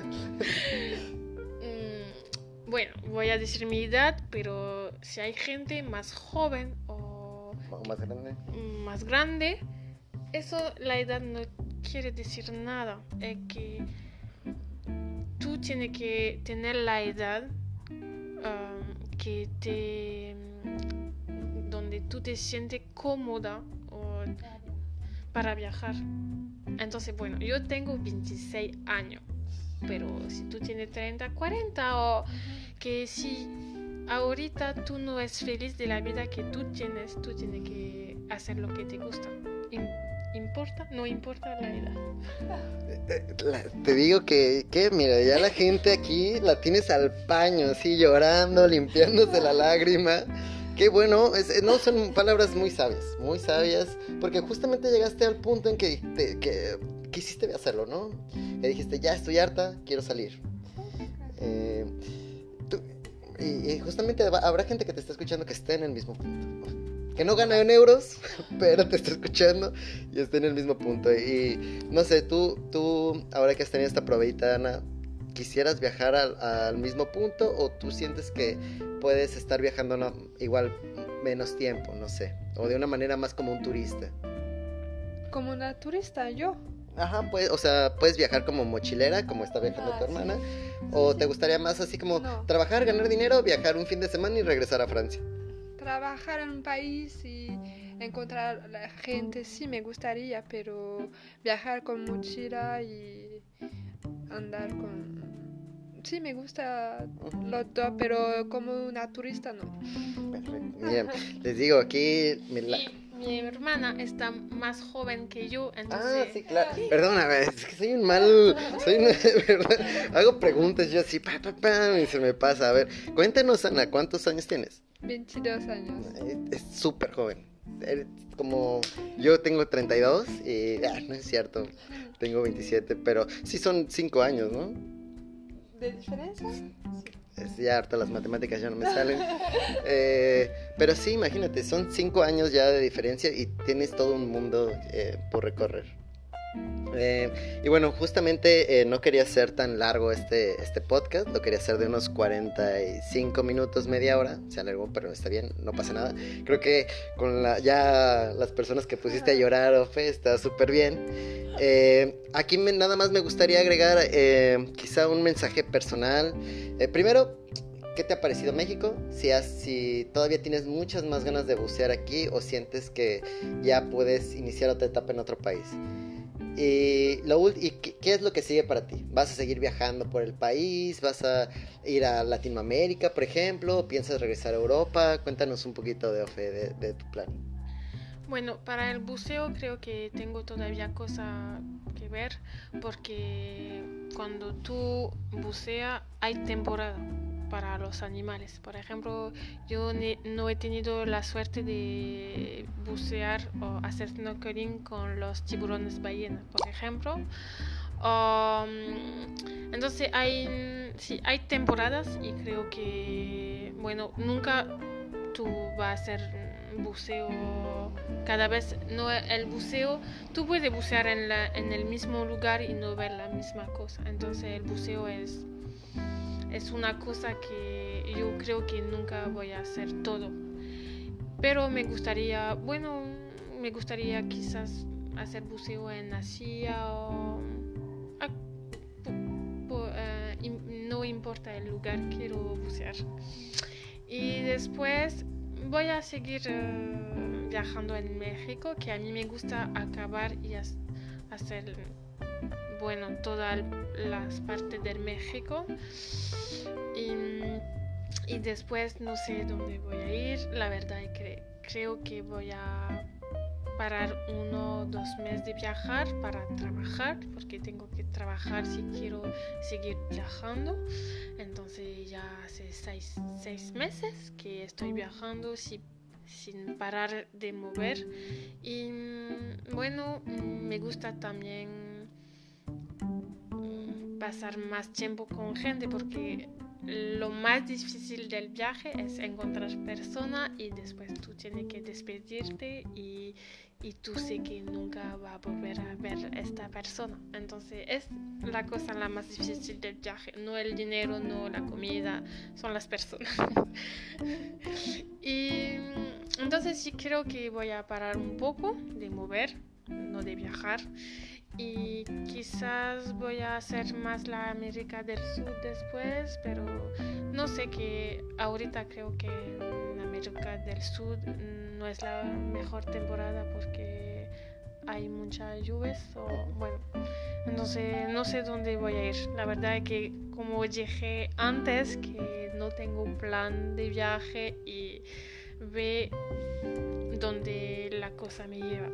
Mm, bueno, voy a decir mi edad, pero si hay gente más joven o ¿O más grande? más grande, eso, la edad no quiere decir nada. Es que tú tienes que tener la edad um, que te donde tú te sientes cómoda o para viajar. Entonces, bueno, yo tengo veintiséis años, pero si tú tienes treinta, cuarenta, o que si ahorita tú no eres feliz de la vida que tú tienes, tú tienes que hacer lo que te gusta. In- ¿Importa? No importa la edad. Eh, la- te digo que, que, mira, ya la gente aquí la tienes al paño, así llorando, limpiándose la lágrima. Qué bueno, es, no, son palabras muy sabias, muy sabias, porque justamente llegaste al punto en que, te, que quisiste hacerlo, ¿no? Que dijiste, ya estoy harta, quiero salir. Eh, tú- y, y justamente va- habrá gente que te está escuchando que esté en el mismo punto, ¿no? Que no gana en euros, pero te está escuchando y está en el mismo punto. Y no sé, tú, tú ahora que has tenido esta probadita, Ana, ¿quisieras viajar al, al mismo punto o tú sientes que puedes estar viajando no, igual menos tiempo, no sé, o de una manera más como un turista? Como una turista, yo. Ajá, pues, o sea, puedes viajar como mochilera, como está viajando Ah, tu sí. hermana, Sí, o sí. te gustaría más así como No. trabajar, ganar dinero, viajar un fin de semana y regresar a Francia. Trabajar en un país y encontrar a la gente sí me gustaría, pero viajar con mochila y andar con... Sí, me gusta los dos, pero como una turista no. Perfecto. Miren, les digo, aquí... mi la- Y mi hermana está más joven que yo, Ah, entonces... sí, claro. Perdóname, es que soy un mal... Soy un... ¿verdad? Hago preguntas yo así, pa, pa, pa, y se me pasa. A ver, cuéntanos, Ana, ¿cuántos años tienes? veintidós años. Eh, Es súper joven. Eres como... Yo tengo treinta y dos y... Ah, no es cierto. Tengo veintisiete, pero sí son cinco años, ¿no? ¿De diferencia? Es ya harta, las matemáticas ya no me salen. Eh, pero sí, imagínate, son cinco años ya de diferencia y tienes todo un mundo eh, por recorrer. Eh, y bueno, justamente eh, no quería hacer tan largo este, este podcast, lo quería hacer de unos cuarenta y cinco minutos, media hora. Se alargó, pero está bien, no pasa nada. Creo que con la, ya las personas que pusiste a llorar, Ofe, está súper bien. Eh, aquí me, nada más me gustaría agregar eh, quizá un mensaje personal. Eh, primero, ¿qué te ha parecido México? Si, has, si todavía tienes muchas más ganas de bucear aquí o sientes que ya puedes iniciar otra etapa en otro país. Y, lo, ult- y qué, ¿qué es lo que sigue para ti? ¿Vas a seguir viajando por el país? ¿Vas a ir a Latinoamérica, por ejemplo? ¿Piensas regresar a Europa? Cuéntanos un poquito de, Ofe, de, de tu plan. Bueno, para el buceo creo que tengo todavía cosa que ver porque cuando tú buceas hay temporada para los animales. Por ejemplo, yo ne- no he tenido la suerte de bucear o hacer snorkeling con los tiburones ballena, por ejemplo. Um, entonces hay, sí, hay temporadas y creo que, bueno, nunca tú vas a hacer buceo cada vez. No, el buceo, tú puedes bucear en, la, en el mismo lugar y no ver la misma cosa. Entonces el buceo es, es una cosa que yo creo que nunca voy a hacer todo. Pero me gustaría, bueno, me gustaría quizás hacer buceo en Asia o... ah, po- po- eh, im- no importa el lugar, quiero bucear. Y después voy a seguir eh, viajando en México, que a mí me gusta acabar y as- hacer, bueno, todas las partes del México. Y, y después no sé dónde voy a ir. La verdad es que creo que voy a parar uno o dos meses de viajar para trabajar, porque tengo que trabajar si quiero seguir viajando. Entonces ya hace seis, seis meses que estoy viajando sin, sin parar de mover. Y bueno, me gusta también pasar más tiempo con gente porque lo más difícil del viaje es encontrar personas y después tú tienes que despedirte y, y tú sé que nunca va a volver a ver a esta persona. Entonces es la cosa la más difícil del viaje, no el dinero, no la comida, son las personas. Y entonces sí creo que voy a parar un poco de mover, no de viajar. Y quizás voy a hacer más la América del Sur después, pero no sé, que ahorita creo que en América del Sur no es la mejor temporada porque hay muchas lluvias o bueno, entonces no sé dónde voy a ir. La verdad es que como dije antes que no tengo un plan de viaje y ve dónde la cosa me lleva.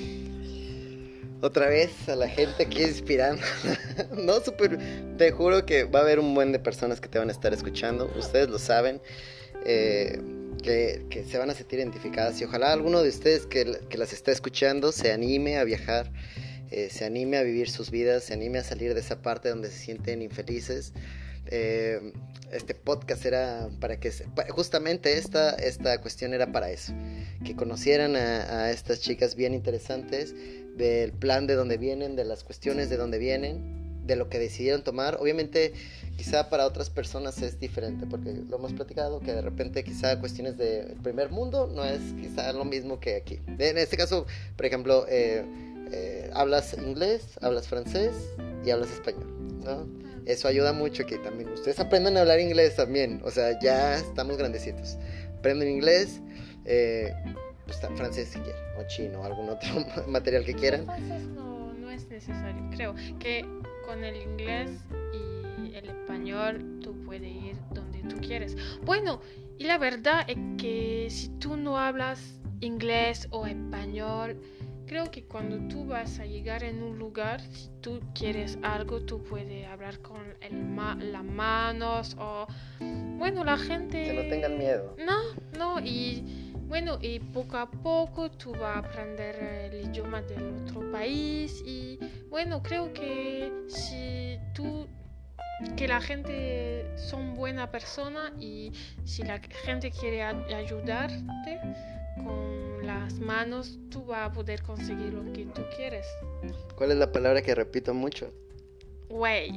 Otra vez a la gente aquí inspirando. No, súper. Te juro que va a haber un buen de personas que te van a estar escuchando. Ustedes lo saben. Eh, que, que se van a sentir identificadas. Y ojalá alguno de ustedes que, que las está escuchando se anime a viajar. Eh, se anime a vivir sus vidas. Se anime a salir de esa parte donde se sienten infelices. Eh, este podcast era para que se, justamente esta, esta cuestión era para eso, que conocieran a, a estas chicas bien interesantes, del plan de dónde vienen, de las cuestiones de dónde vienen, de lo que decidieron tomar. Obviamente quizá para otras personas es diferente, porque lo hemos platicado, que de repente quizá cuestiones del primer mundo no es quizá lo mismo que aquí. En este caso, por ejemplo, eh, eh, hablas inglés, hablas francés y hablas español, ¿no? Eso ayuda mucho que también ustedes aprendan a hablar inglés también. O sea, ya estamos grandecitos. Aprenden inglés, eh, pues, francés si quieren, o chino, o algún otro material que quieran. El francés no, no es necesario. Creo que con el inglés y el español tú puedes ir donde tú quieres. Bueno, y la verdad es que si tú no hablas inglés o español, creo que cuando tú vas a llegar en un lugar, si tú quieres algo, tú puedes hablar con el ma- las manos o, bueno, la gente... Que no tengan miedo. No, no, y bueno, y poco a poco tú vas a aprender el idioma del otro país y, bueno, creo que si tú... que la gente son buena persona y si la gente quiere a- ayudarte con las manos, tú vas a poder conseguir lo que tú quieres. ¿Cuál es la palabra que repito mucho? Güey.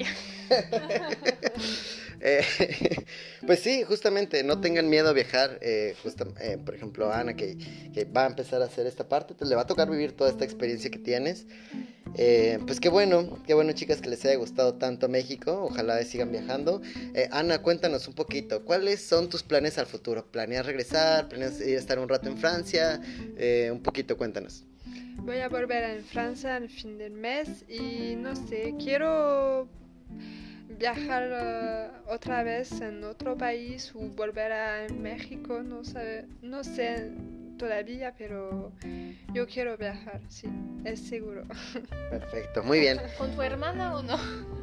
eh, pues sí, justamente, no tengan miedo a viajar. Eh, justa, eh, por ejemplo, Ana, que, que va a empezar a hacer esta parte, pues le va a tocar vivir toda esta experiencia que tienes. Eh, pues qué bueno, qué bueno, chicas, que les haya gustado tanto México. Ojalá sigan viajando. eh, Ana, cuéntanos un poquito, ¿cuáles son tus planes al futuro? ¿Planeas regresar? ¿Planeas ir a estar un rato en Francia? Eh, un poquito, cuéntanos. Voy a volver en Francia al fin del mes y no sé, quiero viajar uh, otra vez en otro país o volver a México, no sé, no sé todavía, pero yo quiero viajar, sí, es seguro. Perfecto, muy bien. ¿Con tu hermana o no?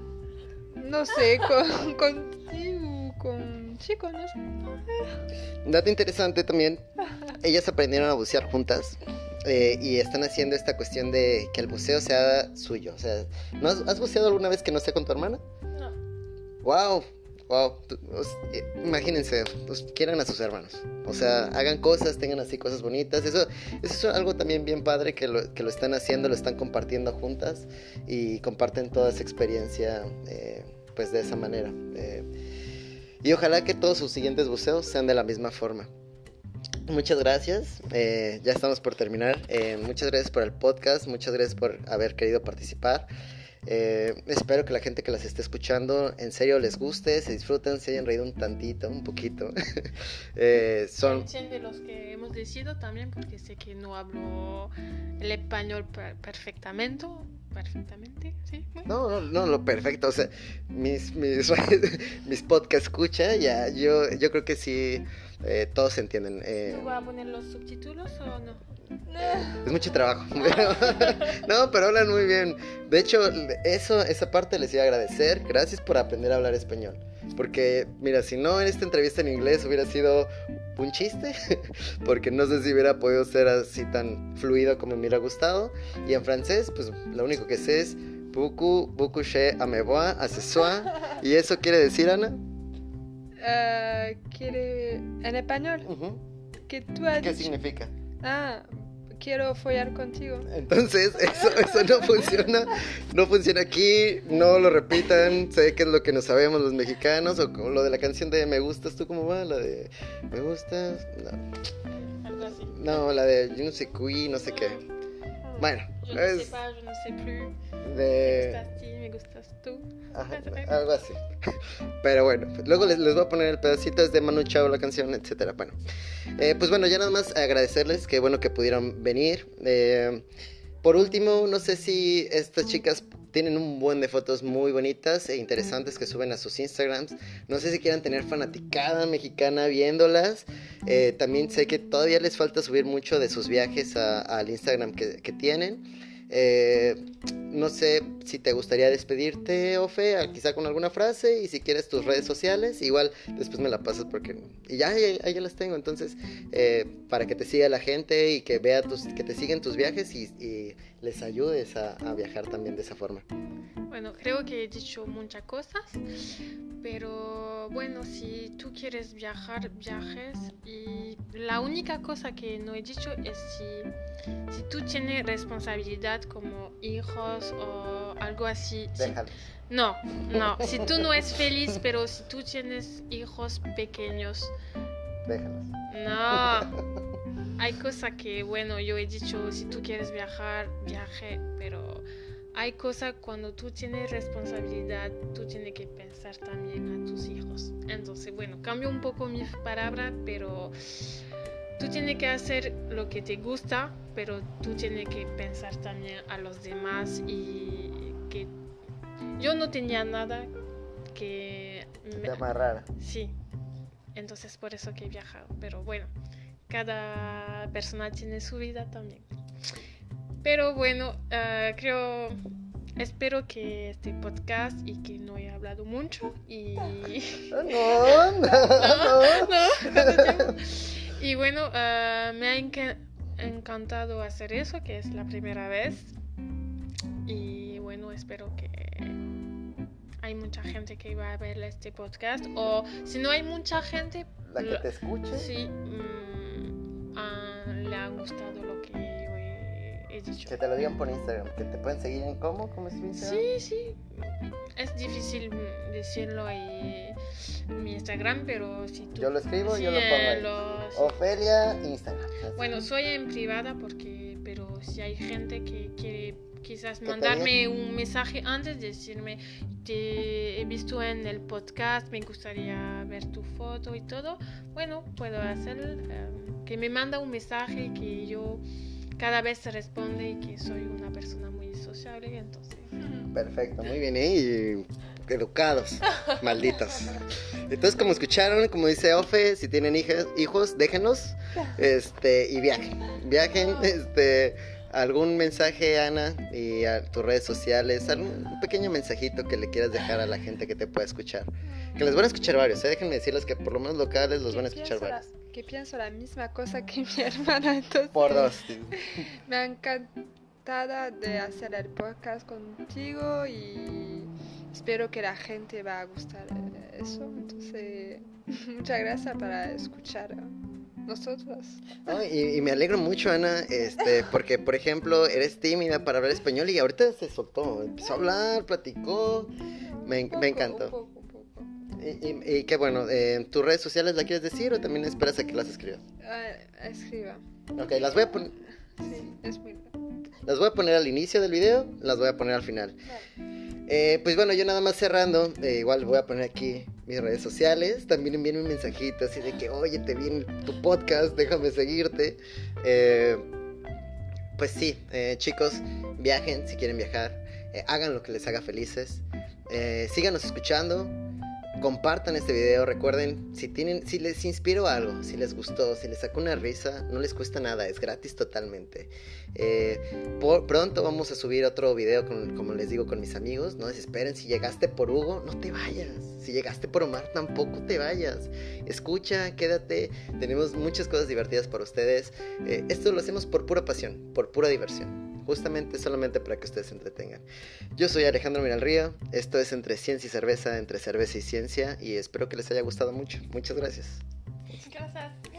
No sé, con, contigo, con chicos, no sé. Dato interesante también, ellas aprendieron a bucear juntas. Eh, y están haciendo esta cuestión de que el buceo sea suyo. O sea, ¿no has, has buceado alguna vez que no sea con tu hermana? No. Wow, wow. Tú, os, eh, imagínense, pues, quieran a sus hermanos. O sea, hagan cosas, tengan así cosas bonitas. Eso, eso es algo también bien padre que lo, que lo están haciendo, lo están compartiendo juntas y comparten toda esa experiencia, eh, pues de esa manera. Eh, y ojalá que todos sus siguientes buceos sean de la misma forma. Muchas gracias, eh, ya estamos por terminar. Eh, muchas gracias por el podcast, muchas gracias por haber querido participar. Eh, espero que la gente que las esté escuchando en serio les guste, se disfruten, se hayan reído un tantito, un poquito. eh, son de los que hemos decidido también, porque sé que no hablo el español per- perfectamente. Perfectamente, sí. No, no, no, lo perfecto, o sea, mis, mis, mis podcast escucha, ya, yo, yo creo que sí, eh, todos se entienden. Eh, ¿Tú vas a poner los subtítulos o no? Es mucho trabajo. No, pero hablan muy bien. De hecho, eso, esa parte les iba a agradecer. Gracias por aprender a hablar español. Porque, mira, si no en esta entrevista en inglés hubiera sido un chiste, porque no sé si hubiera podido ser así tan fluido como me hubiera gustado. Y en francés, pues lo único que sé es beaucoup, beaucoup je amevois, accessoire. ¿Y eso quiere decir, Ana? Uh, ¿Quiere en español? Uh-huh. ¿Qué tú has ¿Qué dicho? significa? Ah, quiero follar contigo. Entonces, eso, eso no funciona, no funciona aquí, no lo repitan, sé que es lo que no sabemos los mexicanos, o como lo de la canción de Me Gustas, ¿tú cómo va? La de Me Gustas, no, Algo así. no, la de Yo no sé qui, no sé qué, bueno, Yo no sé es pas, yo no sé plus. Me de... gustas ti, me gustas tú. Ajá, algo así. Pero bueno, luego les, les voy a poner el pedacito, es de Manu Chao la canción, etcétera. Bueno, eh, pues bueno, ya nada más agradecerles, que bueno que pudieron venir. Eh, por último, no sé si estas chicas tienen un buen de fotos muy bonitas e interesantes que suben a sus Instagrams. No sé si quieran tener fanaticada mexicana viéndolas. Eh, también sé que todavía les falta subir mucho de sus viajes a, al Instagram que, que tienen. Eh, no sé si te gustaría despedirte, Ofe, quizá con alguna frase, y si quieres tus redes sociales, igual después me la pasas porque y ya, ya, ya las tengo, entonces eh, para que te siga la gente y que vea tus, que te siguen tus viajes y, y les ayudes a, a viajar también de esa forma. Bueno, creo que he dicho muchas cosas, pero bueno, si tú quieres viajar, viajes, y la única cosa que no he dicho es si, si tú tienes responsabilidad como hijos o algo así. Si, Déjalos. no, no, si tú no eres feliz, pero si tú tienes hijos pequeños, Déjalos. no. Hay cosas que, bueno, yo he dicho, si tú quieres viajar, viaje, pero hay cosas cuando tú tienes responsabilidad, tú tienes que pensar también a tus hijos. Entonces, bueno, cambio un poco mis palabras, pero tú tienes que hacer lo que te gusta, pero tú tienes que pensar también a los demás y que yo no tenía nada que me amarrara. Sí, entonces por eso que he viajado, pero bueno, cada persona tiene su vida también. Pero bueno, uh, creo, espero que este podcast y que no he hablado mucho y... No, no, no. no, no, no. Y bueno, uh, me ha enc- encantado hacer eso, que es la primera vez. Y bueno, espero que hay mucha gente que va a ver este podcast. O si no hay mucha gente... La que te escuche. Sí, um, uh, le ha gustado lo que yo he, he dicho. Que te lo digan por Instagram, que te pueden seguir en cómo, cómo es tu Instagram. Sí, sí. Es difícil decirlo ahí en mi Instagram, pero si tú... Yo lo escribo y sí, yo lo pongo ahí. Los... Ofelia, Instagram. Así. Bueno, soy en privada porque, pero si hay gente que quiere quizás mandarme un mensaje antes, decirme, te he visto en el podcast, me gustaría ver tu foto y todo, bueno, puedo hacer um, que me manda un mensaje que yo cada vez responde y que soy una persona muy sociable, entonces... Perfecto, muy bien, ¿eh? Y educados, malditos. Entonces, como escucharon, como dice Ofe, si tienen hijas, hijos, déjenlos, este, y viajen, viajen, este, algún mensaje, Ana, y a tus redes sociales, algún pequeño mensajito que le quieras dejar a la gente que te pueda escuchar, que les van a escuchar varios, ¿eh? Déjenme decirles que por lo menos locales los van a escuchar varios. La, que pienso la misma cosa que mi hermana, entonces... Por dos. Sí. Me ha encantado de hacer el podcast contigo y espero que la gente va a gustar eso, entonces muchas gracias para escuchar a nosotros. No, y, y me alegro mucho, Ana, este, porque por ejemplo eres tímida para hablar español y ahorita se soltó, empezó a hablar, platicó, me, poco, me encantó. Un poco, un poco. Y, y, y qué bueno, eh, ¿tus redes sociales la quieres decir o también esperas a que las escriba? Uh, escriba. Ok, las voy a poner. Sí, es muy bien. Las voy a poner al inicio del video, las voy a poner al final. Vale. Eh, pues bueno, yo nada más cerrando, eh, igual voy a poner aquí mis redes sociales. También envíen un mensajito así de que, oye, te vi en tu podcast, déjame seguirte. Eh, pues sí, eh, chicos, viajen si quieren viajar, eh, hagan lo que les haga felices, eh, síganos escuchando. Compartan este video, recuerden, si tienen, si les inspiró algo, si les gustó, si les sacó una risa, no les cuesta nada, es gratis totalmente. Eh, por, pronto vamos a subir otro video, con, como les digo, con mis amigos, no desesperen, si llegaste por Hugo, no te vayas, si llegaste por Omar, tampoco te vayas, escucha, quédate, tenemos muchas cosas divertidas para ustedes, eh, esto lo hacemos por pura pasión, por pura diversión. Justamente solamente para que ustedes se entretengan. Yo soy Alejandro Miralrío. Esto es Entre Ciencia y Cerveza, entre cerveza y ciencia. Y espero que les haya gustado mucho. Muchas gracias. Gracias.